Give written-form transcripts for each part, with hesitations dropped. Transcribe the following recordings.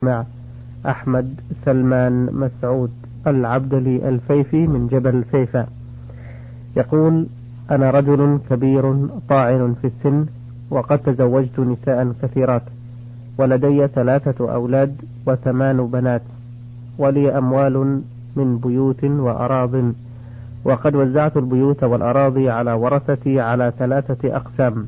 مع أحمد سلمان مسعود العبدلي الفيفي من جبل الفيفا، يقول: أنا رجل كبير طاعن في السن، وقد تزوجت نساء كثيرات، ولدي 3 أولاد و8 بنات، ولي أموال من بيوت وأراض، وقد وزعت البيوت والأراضي على ورثتي على 3 أقسام،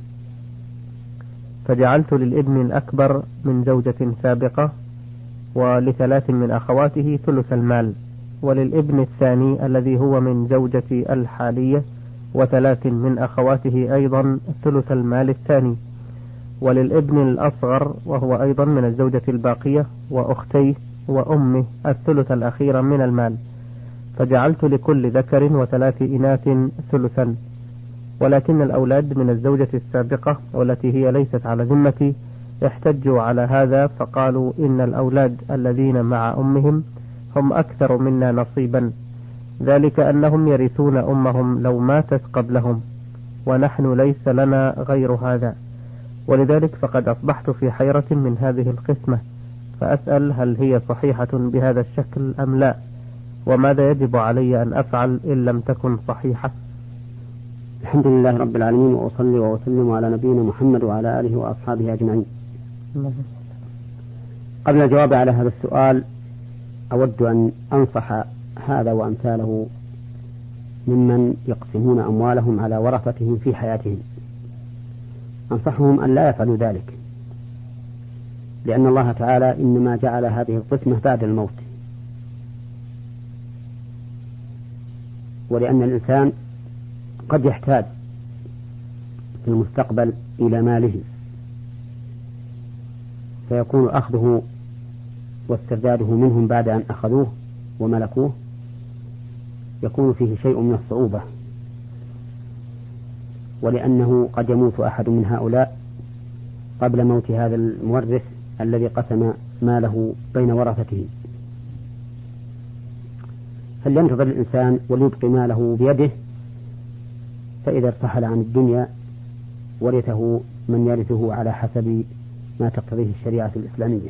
فجعلت للابن الأكبر من زوجة سابقة ول3 من أخواته ثلث المال، وللابن الثاني الذي هو من زوجتي الحالية و3 من أخواته أيضا ثلث المال الثاني، وللابن الأصغر وهو أيضا من الزوجة الباقية وأختيه وأمه الثلث الأخير من المال، فجعلت لكل ذكر و3 إناث ثلثا. ولكن الأولاد من الزوجة السابقة والتي هي ليست على ذمتي احتجوا على هذا، فقالوا إن الأولاد الذين مع أمهم هم أكثر منا نصيبا، ذلك أنهم يرثون أمهم لو ماتت قبلهم، ونحن ليس لنا غير هذا، ولذلك فقد أصبحت في حيرة من هذه القسمة، فأسأل هل هي صحيحة بهذا الشكل أم لا، وماذا يجب علي أن أفعل إن لم تكن صحيحة؟ الحمد لله رب العالمين، وأصلي وأسلم على نبينا محمد وعلى آله وأصحابه أجمعين. قبل الجواب على هذا السؤال أود أن أنصح هذا وأمثاله ممن يقسمون أموالهم على ورثتهم في حياتهم، أنصحهم أن لا يفعلوا ذلك، لأن الله تعالى إنما جعل هذه القسمة بعد الموت، ولأن الإنسان قد يحتاج في المستقبل إلى ماله، فيكون أخذه واسترداده منهم بعد أن أخذوه وملكوه يكون فيه شيء من الصعوبة، ولأنه قد يموت أحد من هؤلاء قبل موت هذا المورث الذي قسم ماله بين ورثته، فلينتظر الإنسان وليبقي ماله بيده، فإذا ارتحل عن الدنيا ورثه من يرثه على حسب ما تقتضيه الشريعة الإسلامية.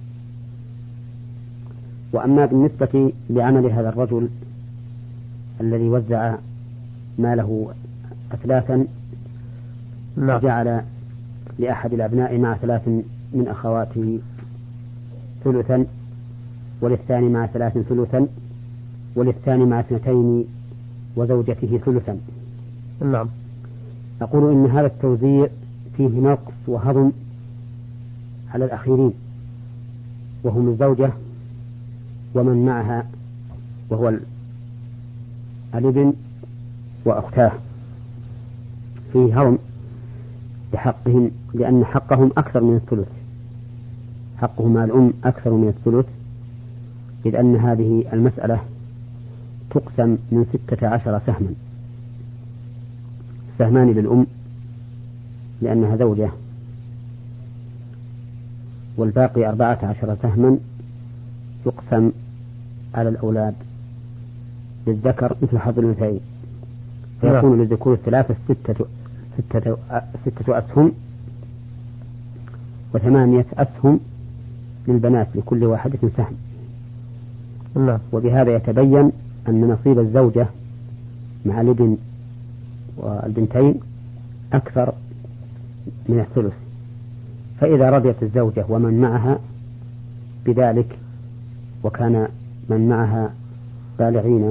وأما بالنسبة لعمل هذا الرجل الذي وزع ماله أثلاثا، جعل لأحد الأبناء مع 3 من أخواته ثلثا، وللثاني مع 3 ثلثا، وللثاني مع 2 وزوجته ثلثا. نعم. أقول إن هذا التوزيع فيه نقص وهضم على الأخيرين، وهم الزوجة ومن معها وهو الابن وأختاه، فيه هضم بحقهم، لأن حقهم أكثر من الثلث، حقهم مع الأم أكثر من الثلث، إذ أن هذه المسألة تقسم من 16 سهما، سهمان للأم لأنها زوجة، والباقي 14 سهما يقسم على الأولاد للذكر مثل حظ الأنثيين، فيكون للذكور الثلاثة 6 أسهم، و8 أسهم للبنات لكل واحدة سهم. وبهذا يتبين أن نصيب الزوجة مع الابن والبنتين أكثر من الثلث، فإذا رضيت الزوجة ومن معها بذلك وكان من معها بالغين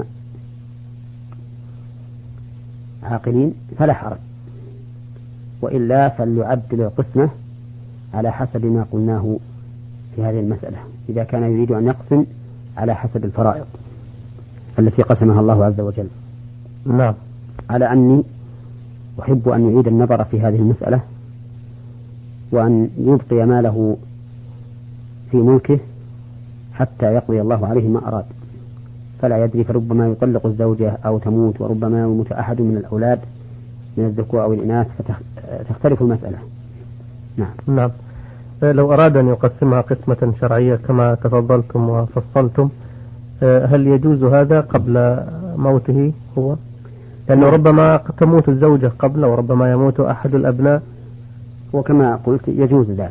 عاقلين فلا حرج، وإلا فليعدل القسمة على حسب ما قلناه في هذه المسألة، إذا كان يريد أن يقسم على حسب الفرائض التي قسمها الله عز وجل. نعم. على أني أحب أن يعيد النظر في هذه المسألة، وأن يبقي ماله في ملكه حتى يقضي الله عليه ما أراد، فلا يدري، فربما يطلق الزوجة أو تموت، وربما يموت أحد من الأولاد من الذكور أو الإناث، فتختلف المسألة. نعم. لو أراد أن يقسمها قسمة شرعية كما تفضلتم وفصلتم، هل يجوز هذا قبل موته هو؟ لأنه ربما تموت الزوجة قبل، وربما يموت أحد الأبناء. وكما قلت يجوز ذلك،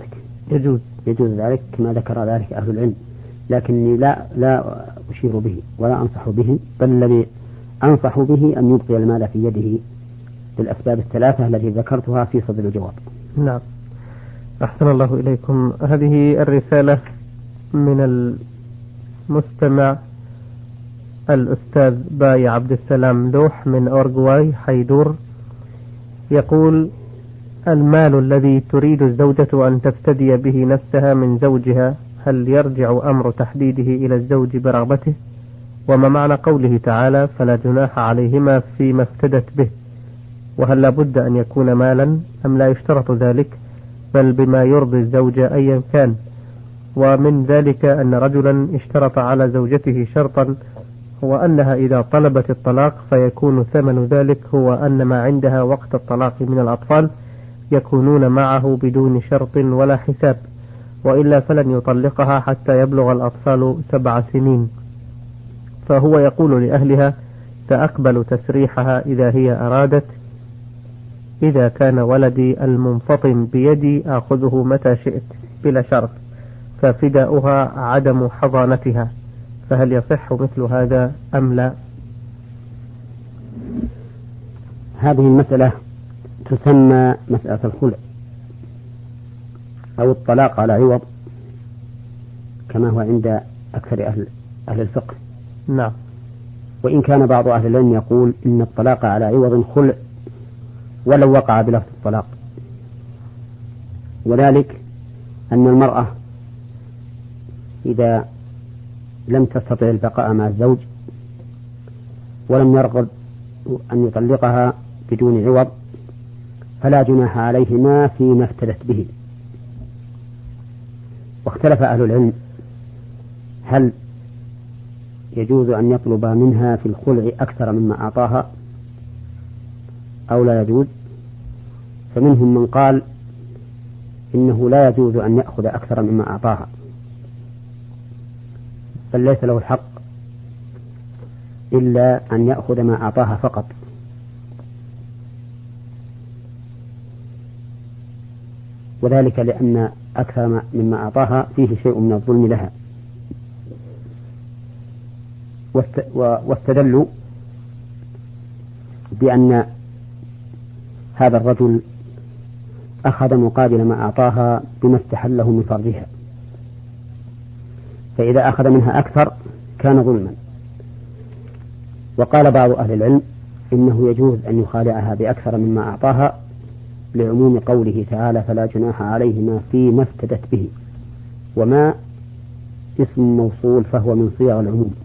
يجوز ذلك كما ذكر ذلك أهل العلم، لكني لا أشير به ولا أنصح به، بل الذي أنصح به أن يبقي المال في يده للأسباب الثلاثة التي ذكرتها في صدر الجواب. نعم. أحسن الله إليكم. هذه الرسالة من المستمع الأستاذ باي عبد السلام لوح من أورغواي حيدور، يقول: المال الذي تريد الزوجة أن تفتدي به نفسها من زوجها، هل يرجع أمر تحديده إلى الزوج برغبته؟ وما معنى قوله تعالى: فلا جناح عليهما فيما افتدت به؟ وهل لابد أن يكون مالا أم لا يشترط ذلك، بل بما يرضي الزوجة أيا كان؟ ومن ذلك أن رجلا اشترط على زوجته شرطا، هو أنها إذا طلبت الطلاق فيكون ثمن ذلك هو أن ما عندها وقت الطلاق من الأطفال يكونون معه بدون شرط ولا حساب، وإلا فلن يطلقها حتى يبلغ الأطفال 7 سنين. فهو يقول لأهلها: سأقبل تسريحها إذا هي أرادت، إذا كان ولدي المنفطم بيدي آخذه متى شئت بلا شرط، ففداؤها عدم حضانتها، فهل يصح مثل هذا أم لا؟ هذه المسألة تسمى مسألة الخلع أو الطلاق على عوض، كما هو عند أكثر أهل الفقه. نعم. وإن كان بعض أهل العلم يقول إن الطلاق على عوض خلع ولو وقع بلفظ الطلاق، وذلك أن المرأة إذا لم تستطع البقاء مع الزوج ولم يرغب أن يطلقها بدون عوض فلا جناح عليهما فيما افتدت به. واختلف أهل العلم هل يجوز أن يطلب منها في الخلع أكثر مما أعطاها أو لا يجوز. فمنهم من قال إنه لا يجوز أن يأخذ أكثر مما أعطاها، بل ليس له الحق إلا أن يأخذ ما أعطاها فقط، وذلك لأن أكثر مما أعطاها فيه شيء من الظلم لها. واستدلوا بأن هذا الرجل أخذ مقابل ما أعطاها بما استحله من فرجها، فإذا أخذ منها أكثر كان ظلما. وقال بعض أهل العلم إنه يجوز أن يخالعها بأكثر مما أعطاها لعموم قوله تعالى: فلا جناح عليهما فيما افتدت به، وما اسم موصول فهو من صيغ العموم،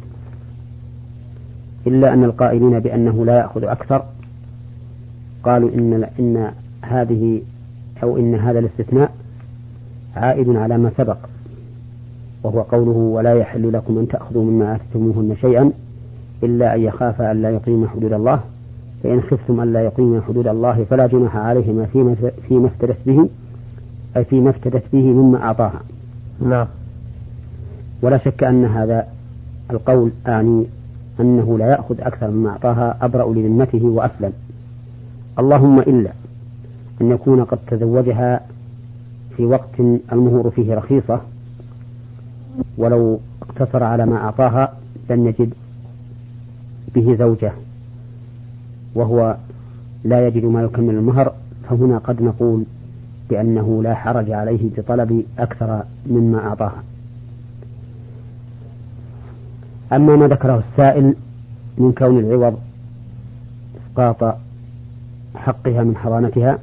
إلا أن القائلين بأنه لا يأخذ أكثر قالوا إن هذه أو إن هذا الاستثناء عائد على ما سبق، وهو قوله: ولا يحل لكم أن تأخذوا مما آتيتموهن شيئا إلا أن يخافا ألا يقيما حدود الله، فإن خفتم ألا يقيما حدود الله فلا جناح عليهما فيما افتدت به، أي فيما افتدت به مما أعطاها. نعم. ولا شك أن هذا القول أعني أنه لا يأخذ أكثر مما أعطاها أبرأ لذمته وأسلم، اللهم إلا أن يكون قد تزوجها في وقت المهور فيه رخيصة، ولو اقتصر على ما أعطاها لم يجد به زوجة وهو لا يجد ما يكمل المهر، فهنا قد نقول بأنه لا حرج عليه بطلب أكثر مما أعطاها. أما ما ذكره السائل من كون العوض إسقاط حقها من حضانتها،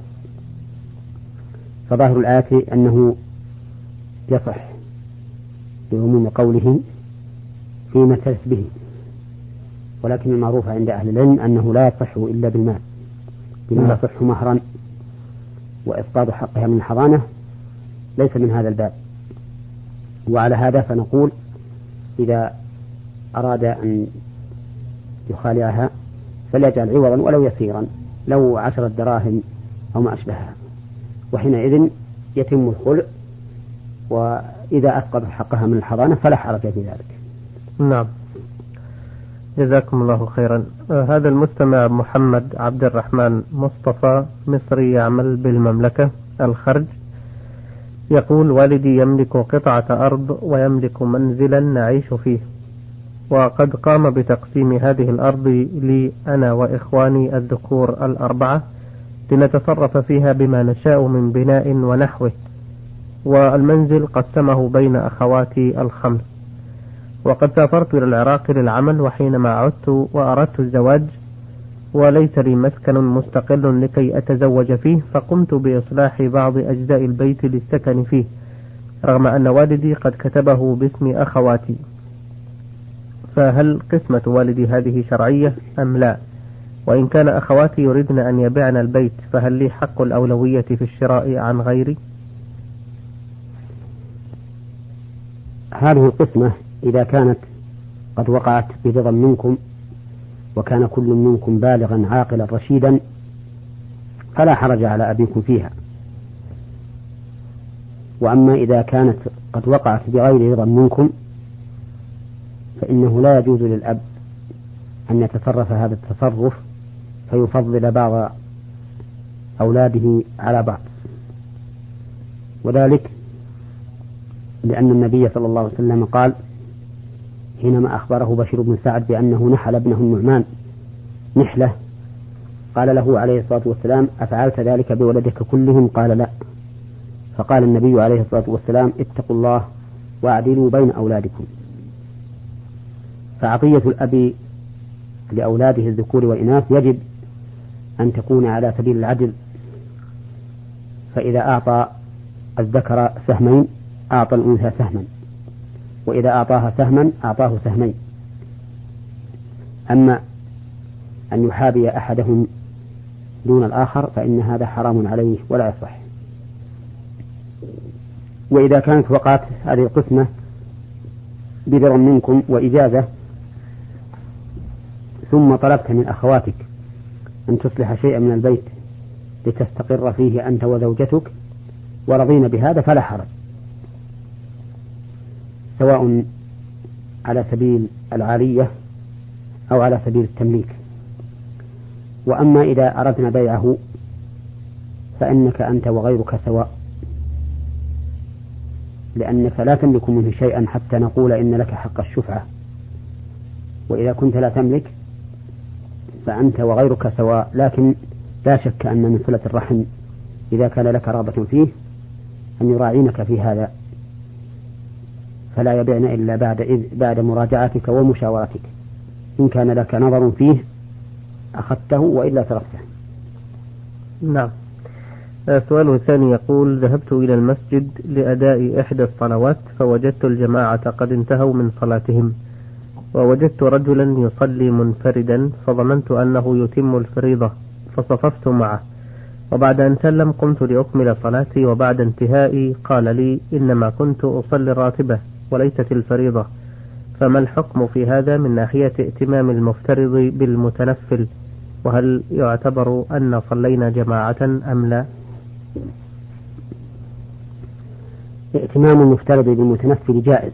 فظاهر الآية أنه يصح بعموم قوله فيما افتدت به، ولكن المعروف عند أهل العلم أنه لا يصح إلا بالمال، بما يصح مهرا، وإسقاط حقها من الحضانة ليس من هذا الباب. وعلى هذا فنقول إذا أراد أن يخالعها فليجعل عوضا ولو يسيرا، لو 10 دراهم أو ما أشبهها، وحينئذ يتم الخلع، وإذا أسقط حقها من الحضانة فلا حرج في ذلك. نعم. جزاكم الله خيرا. هذا المستمع محمد عبد الرحمن مصطفى مصري يعمل بالمملكة الخرج، يقول: والدي يملك قطعة أرض ويملك منزلا نعيش فيه، وقد قام بتقسيم هذه الأرض لي أنا وإخواني الذكور الأربعة لنتصرف فيها بما نشاء من بناء ونحوه، والمنزل قسمه بين أخواتي الخمس. وقد سافرت إلى العراق للعمل، وحينما عدت وأردت الزواج وليس لي مسكن مستقل لكي أتزوج فيه، فقمت بإصلاح بعض أجزاء البيت للسكن فيه، رغم أن والدي قد كتبه باسم أخواتي. فهل قسمة والدي هذه شرعية أم لا؟ وإن كان أخواتي يريدن أن يبيعن البيت، فهل لي حق الأولوية في الشراء عن غيري؟ هذه القسمة إذا كانت قد وقعت برضا منكم وكان كل منكم بالغا عاقلا رشيدا فلا حرج على أبيكم فيها. وأما إذا كانت قد وقعت بغير رضا منكم فإنه لا يجوز للأب أن يتصرف هذا التصرف فيفضل بعض أولاده على بعض، وذلك لأن النبي صلى الله عليه وسلم قال حينما أخبره بشير بن سعد بأنه نحل ابنه النعمان نحلة، قال له عليه الصلاة والسلام: أفعلت ذلك بولدك كلهم؟ قال: لا. فقال النبي عليه الصلاة والسلام: اتقوا الله واعدلوا بين أولادكم. فعطية الأب لأولاده الذكور والإناث يجب أن تكون على سبيل العدل، فإذا أعطى الذكر سهمين أعطى الأنثى سهما، وإذا أعطاها سهما أعطاه سهمين. أما أن يحابي أحدهم دون الآخر فإن هذا حرام عليه ولا يصح. وإذا كانت وقعت هذه القسمة برضا منكم وإجازة ثم طلبت من أخواتك أن تصلح شيئا من البيت لتستقر فيه أنت وزوجتك ورضين بهذا فلا حرج، سواء على سبيل العارية أو على سبيل التمليك. وأما إذا أردنا بيعه فإنك أنت وغيرك سواء، لأنك لا تملك منه شيئا حتى نقول إن لك حق الشفعة، وإذا كنت لا تملك فأنت وغيرك سواء. لكن لا شك أن من صلة الرحم إذا كان لك رغبة فيه أن يراعينك في هذا، فلا يبيعن إلا بعد مراجعتك ومشاورتك. إن كان لك نظر فيه أخذته وإلا تركته. نعم. السؤال الثاني يقول: ذهبت إلى المسجد لأداء إحدى الصلوات فوجدت الجماعة قد انتهوا من صلاتهم، ووجدت رجلا يصلي منفردا فظننت أنه يتم الفريضة فصففت معه، وبعد أن سلم قمت لأكمل صلاتي، وبعد انتهائي قال لي: إنما كنت أصلي الراتبة وليست الفريضة، فما الحكم في هذا من ناحية ائتمام المفترض بالمتنفل؟ وهل يعتبر أن صلينا جماعة أم لا؟ ائتمام المفترض بالمتنفل جائز،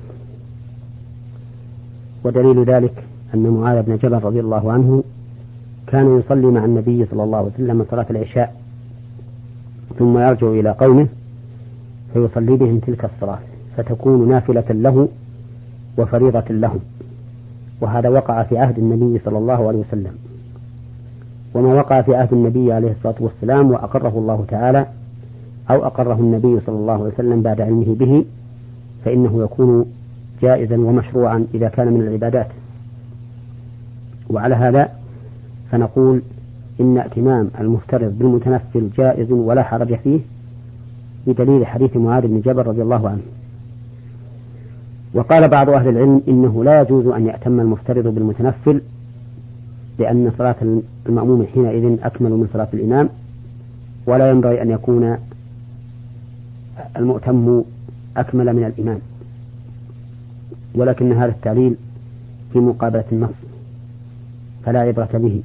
ودليل ذلك أن معاذ بن جبل رضي الله عنه كان يصلي مع النبي صلى الله عليه وسلم صلاة العشاء ثم يرجع إلى قومه فيصلي بهم تلك الصلاة فتكون نافلة له وفريضة لهم، وهذا وقع في عهد النبي صلى الله عليه وسلم. وما وقع في عهد النبي عليه الصلاة والسلام وأقره الله تعالى أو أقره النبي صلى الله عليه وسلم بعد علمه به فإنه يكون جائزا ومشروعا إذا كان من العبادات. وعلى هذا فنقول إن ائتمام المفترض بالمتنفل جائز ولا حرج فيه بدليل حديث معاذ بن جبل رضي الله عنه. وقال بعض أهل العلم إنه لا يجوز أن يأتم المفترض بالمتنفل، لأن صلاة المأموم حينئذ أكمل من صلاة الإمام، ولا ينبغي أن يكون المؤتم أكمل من الإمام، ولكن هذا التعليل في مقابلة النص فلا عبرة به.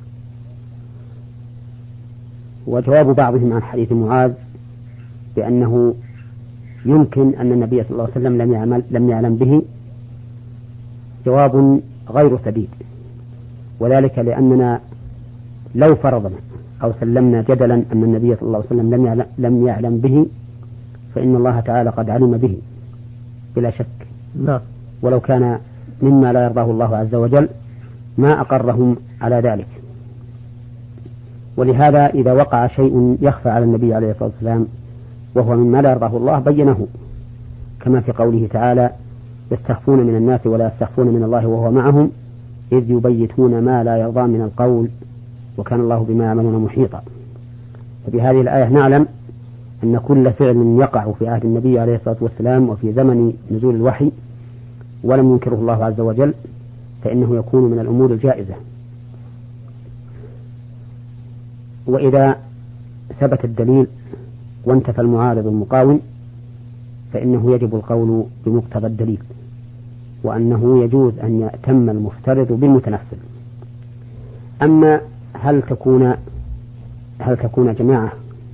وجواب بعضهم عن حديث معاذ بأنه يمكن أن النبي صلى الله عليه وسلم لم يعلم به جواب غير سديد، وذلك لأننا لو فرضنا أو سلمنا جدلا أن النبي صلى الله عليه وسلم لم يعلم به فإن الله تعالى قد علم به بلا شك. نعم. ولو كان مما لا يرضاه الله عز وجل ما أقرهم على ذلك. ولهذا إذا وقع شيء يخفى على النبي عليه الصلاة والسلام وهو مما لا يرضاه الله بينه، كما في قوله تعالى: يستخفون من الناس ولا يستخفون من الله وهو معهم إذ يبيتون ما لا يرضى من القول وكان الله بما يعملون محيطا. فبهذه الآية نعلم أن كل فعل يقع في عهد النبي عليه الصلاة والسلام وفي زمن نزول الوحي ولم ينكره الله عز وجل فإنه يكون من الأمور الجائزة. وإذا ثبت الدليل وانتفى المعارض المقاوم فإنه يجب القول بمقتضى الدليل، وأنه يجوز أن يأتم المفترض بالمتنفل. أما هل تكون جماعة،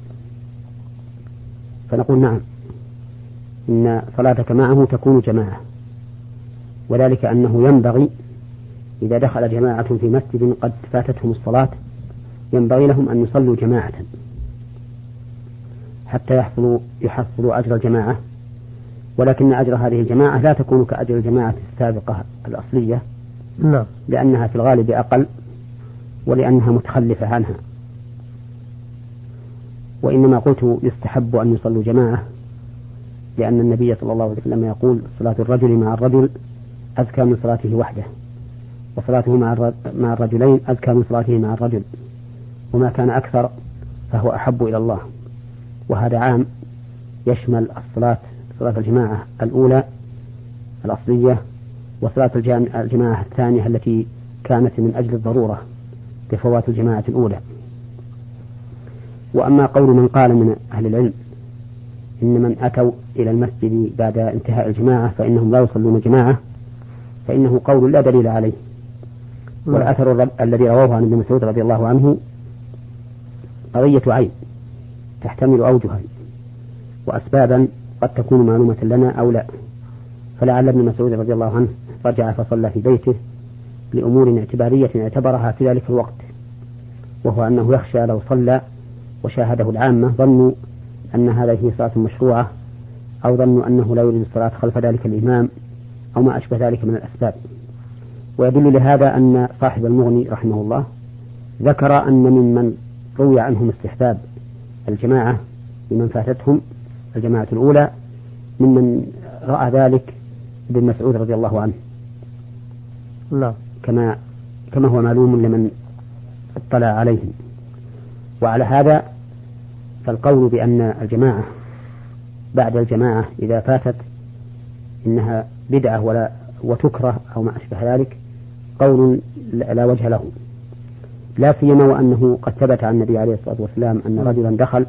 فنقول نعم، إن صلاتك معه تكون جماعة، وذلك أنه ينبغي إذا دخل جماعة في مسجد قد فاتتهم الصلاة ينبغي لهم أن يصلوا جماعة حتى يحصلوا أجر الجماعة، ولكن أجر هذه الجماعة لا تكون كأجر الجماعة السابقة الأصلية. لا. لأنها في الغالب أقل ولأنها متخلفة عنها. وإنما قلت يستحب أن يصلوا جماعة لأن النبي صلى الله عليه وسلم يقول: صلاة الرجل مع الرجل أزكى من صلاته وحده، وصلاته مع الرجلين أزكى من صلاته مع الرجل، وما كان أكثر فهو أحب إلى الله. وهذا عام يشمل صلاة الجماعة الأولى الأصلية وصلاة الجماعة الثانية التي كانت من أجل الضرورة بفوات الجماعة الأولى. وأما قول من قال من أهل العلم إن من أتوا إلى المسجد بعد انتهاء الجماعة فإنهم لا يصلون جماعة فإنه قول لا دليل عليه. والأثر الذي رواه عن ابن مسعود رضي الله عنه قضية عين تحتمل أوجها وأسبابا قد تكون معلومة لنا أو لا، فلعل ابن مسعود رضي الله عنه رجع فصلى في بيته لأمور اعتبارية اعتبرها في ذلك الوقت، وهو أنه يخشى لو صلى وشاهده العامة ظنوا أن هذه صلاة مشروعة، أو ظنوا أنه لا يريد الصلاة خلف ذلك الإمام، أو ما أشبه ذلك من الأسباب. ويدل لهذا أن صاحب المغني رحمه الله ذكر أن ممن روي عنهم استحباب الجماعة لمن فاتتهم الجماعة الأولى ممن رأى ذلك ابن مسعود رضي الله عنه. لا. كما هو معلوم لمن اطلع عليهم. وعلى هذا فالقول بأن الجماعة بعد الجماعة إذا فاتت إنها بدعة وتكره أو ما أشبه ذلك قول لا وجه له، لا سيما وأنه قد ثبت عن النبي عليه الصلاة والسلام أن رجلا دخل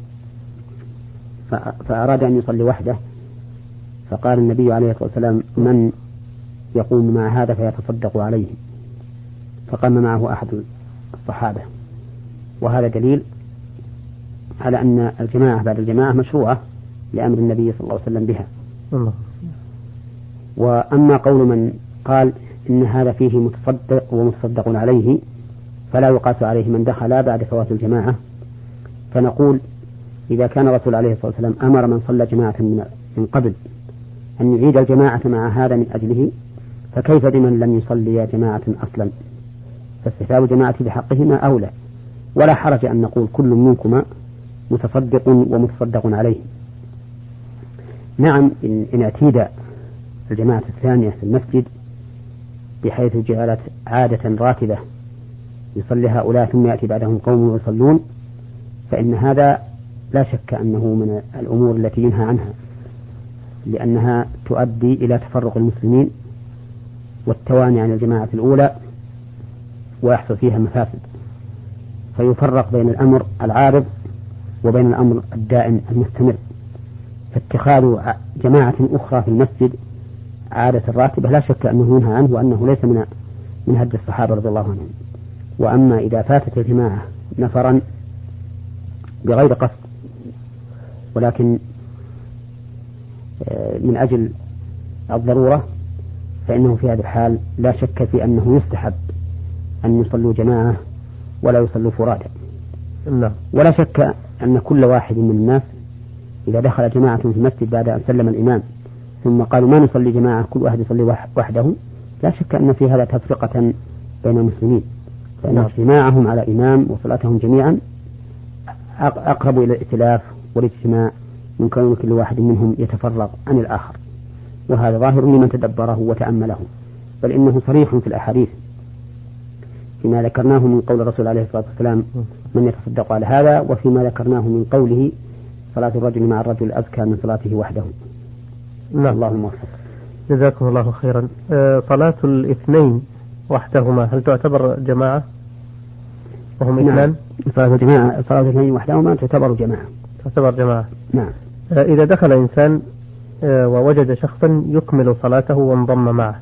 فأراد أن يصلي وحده، فقال النبي عليه الصلاة والسلام: من يقوم مع هذا فيتصدق عليه؟ فقام معه أحد الصحابة. وهذا دليل على أن الجماعة بعد الجماعة مشروعة لأمر النبي صلى الله عليه وسلم بها. وأما قول من قال إن هذا فيه متصدق ومتصدق عليه فلا يقاس عليه من دخل بعد فوات الجماعة، فنقول: إذا كان الرسول عليه الصلاة والسلام أمر من صلى جماعة من قبل أن يعيد الجماعة مع هذا من أجله، فكيف بمن لم يصلي جماعة أصلا؟ فاستحباب الجماعة بحقهما أولى، ولا حرج أن نقول كل منكما متصدق ومتصدق عليه. نعم، إن اعتيد الجماعة الثانية في المسجد بحيث جعلت عادة راتبة يصلي هؤلاء ثم يأتي بعدهم قوم يصلون، فإن هذا لا شك أنه من الأمور التي ينهى عنها، لأنها تؤدي إلى تفرق المسلمين والتواني عن الجماعة الأولى ويحصل فيها مفاسد، فيفرق بين الأمر العارض وبين الأمر الدائم المستمر. فاتخاذ جماعة أخرى في المسجد عادة راتبة لا شك أنه ينهى عنه وأنه ليس من هدي الصحابة رضي الله عنهم. وأما إذا فاتت الجماعة نفرا بغير قصد ولكن من أجل الضرورة فإنه في هذا الحال لا شك في أنه يستحب أن يصلوا جماعة ولا يصلوا فرادى. ولا شك أن كل واحد من الناس إذا دخل جماعة في المسجد بعد أن سلم الإمام ثم قالوا ما نصلي جماعة كل واحد يصلي وحده، لا شك أن في هذا تفرقة بين المسلمين، فإن اجتماعهم على إمام وصلاتهم جميعا أقرب إلى الائتلاف والاجتماع من كون كل واحد منهم يتفرق عن الآخر، وهذا ظاهر لمن تدبره وتأمله، بل إنه صريح في الأحاديث فيما ذكرناه من قول الرسول عليه الصلاة والسلام من يتصدق على هذا، وفيما ذكرناه من قوله صلاة الرجل مع الرجل أزكى من صلاته وحده. نعم. الله الموفق. جزاكم الله خيرا. صلاة الاثنين وحدهما هل تعتبر جماعة وهم اثنان؟ صلاة الاثنين وحدهما تعتبر جماعة. نعم. إذا دخل إنسان ووجد شخصا يكمل صلاته وانضم معه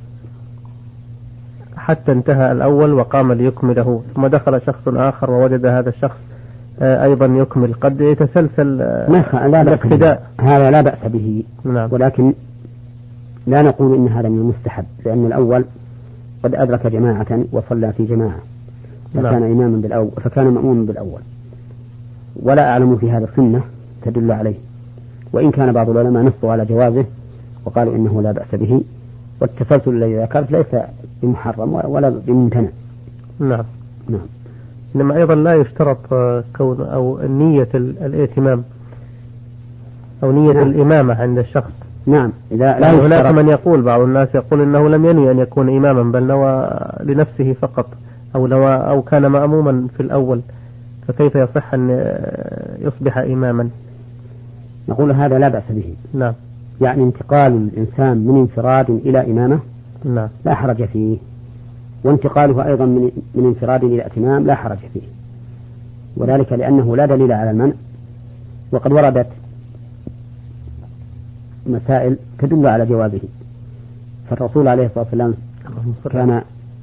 حتى انتهى الأول وقام ليكمله، ثم دخل شخص آخر ووجد هذا الشخص أيضا يكمل، قد يتسلسل الاقتداء، هذا لا بأس به. نعم. ولكن لا نقول إن هذا من المستحب، لأن الأول قد أدرك جماعة وصلى في جماعة فكان إماما بالأول فكان مأموما بالأول، ولا أعلم في هذا سنة تدل عليه، وإن كان بعض العلماء نصوا على جوازه وقالوا إنه لا بأس به، والتسلسل الذي ذكرت ليس بمحرم ولا بممتنع. نعم. إنما أيضا لا يشترط كون أو نية الائتمام أو نية الإمامة عند الشخص. نعم. إذا لا هناك من يقول، بعض الناس يقول إنه لم ينوي أن يكون إماما بل نوى لنفسه فقط، أو كان مأموما في الأول، فكيف يصح أن يصبح إماما؟ نقول هذا لا بأس به. نعم. يعني انتقال الإنسان من انفراد إلى إمامة نعم لا حرج فيه، وانتقاله أيضا من انفراد إلى اتمام لا حرج فيه، وذلك لأنه لا دليل على المنع، وقد وردت مسائل تدل على جوازه. فالرسول عليه الصلاة والسلام كان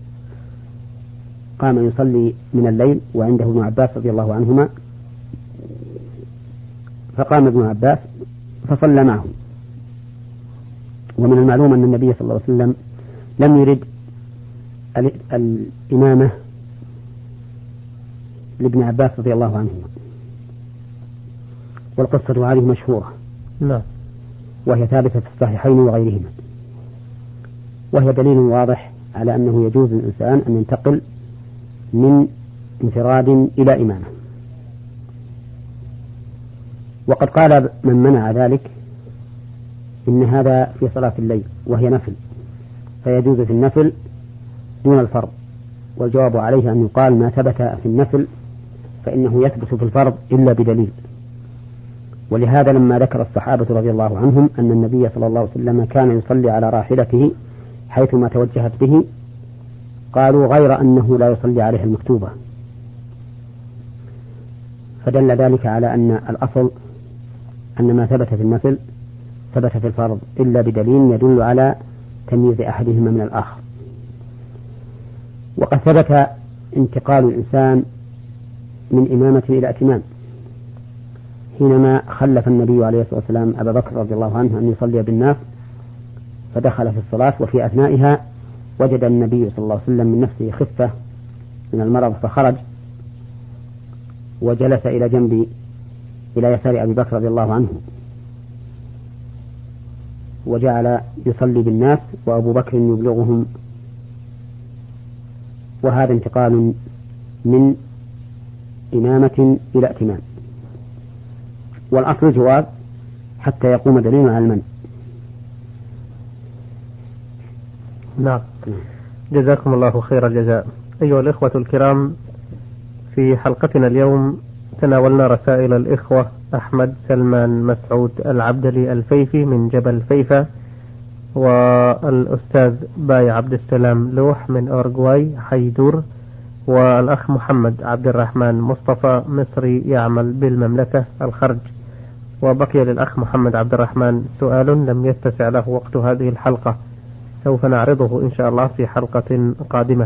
قام يصلي من الليل وعنده ابن عباس رضي الله عنهما، فقام ابن عباس فصلى معه. ومن المعلوم أن النبي صلى الله عليه وسلم لم يرد الإمامة لابن عباس رضي الله عنهما، والقصة هذه مشهورة. نعم. وهي ثابتة في الصحيحين وغيرهما، وهي دليل واضح على أنه يجوز للإنسان أن ينتقل من انفراد إلى إمامة. وقد قال من منع ذلك إن هذا في صلاة الليل وهي نفل، فيجوز في النفل دون الفرض، والجواب عليه أن يقال ما ثبت في النفل فإنه يثبت في الفرض إلا بدليل. ولهذا لما ذكر الصحابة رضي الله عنهم أن النبي صلى الله عليه وسلم كان يصلي على راحلته حيثما توجهت به، قالوا غير أنه لا يصلي عليها المكتوبة، فدل ذلك على أن الأصل أن ما ثبت في النفل ثبت في الفرض إلا بدليل يدل على تمييز أحدهما من الآخر. وقد ثبت انتقال الإنسان من إمامة إلى اتمام حينما خلف النبي عليه الصلاة والسلام أبا بكر رضي الله عنه أن يصلي بالناس، فدخل في الصلاة وفي أثنائها وجد النبي صلى الله عليه وسلم من نفسه خفة من المرض، فخرج وجلس إلى يسار أبي بكر رضي الله عنه، وجعل يصلي بالناس وأبو بكر يبلغهم. وهذا انتقال من إمامة إلى ائتمام، والأصل الجواز حتى يقوم دليل على المنع. نعم. جزاكم الله خير الجزاء. أيها الإخوة الكرام، في حلقتنا اليوم تناولنا رسائل الإخوة أحمد سلمان مسعود العبدلي الفيفي من جبل فيفا، والأستاذ باي عبد السلام لوح من أورغواي حيدور، والأخ محمد عبد الرحمن مصطفى مصري يعمل بالمملكة الخرج. وبقي للأخ محمد عبد الرحمن سؤال لم يتسع له وقت هذه الحلقة، سوف نعرضه إن شاء الله في حلقة قادمة.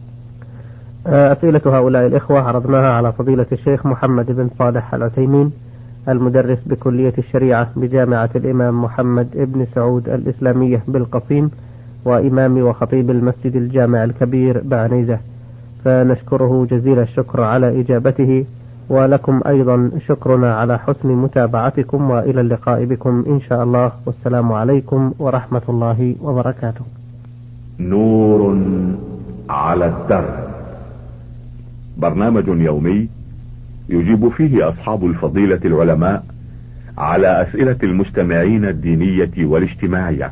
أسئلة هؤلاء الإخوة عرضناها على فضيلة الشيخ محمد بن صالح العثيمين المدرس بكلية الشريعة بجامعة الإمام محمد بن سعود الإسلامية بالقصيم، وإمام وخطيب المسجد الجامع الكبير بعنيزة، فنشكره جزيل الشكر على إجابته، ولكم أيضا شكرنا على حسن متابعتكم، وإلى اللقاء بكم إن شاء الله، والسلام عليكم ورحمة الله وبركاته. نور على الدرب، برنامج يومي يجيب فيه أصحاب الفضيلة العلماء على أسئلة المستمعين الدينية والاجتماعية.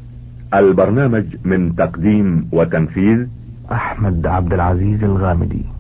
البرنامج من تقديم وتنفيذ أحمد عبد العزيز الغامدي.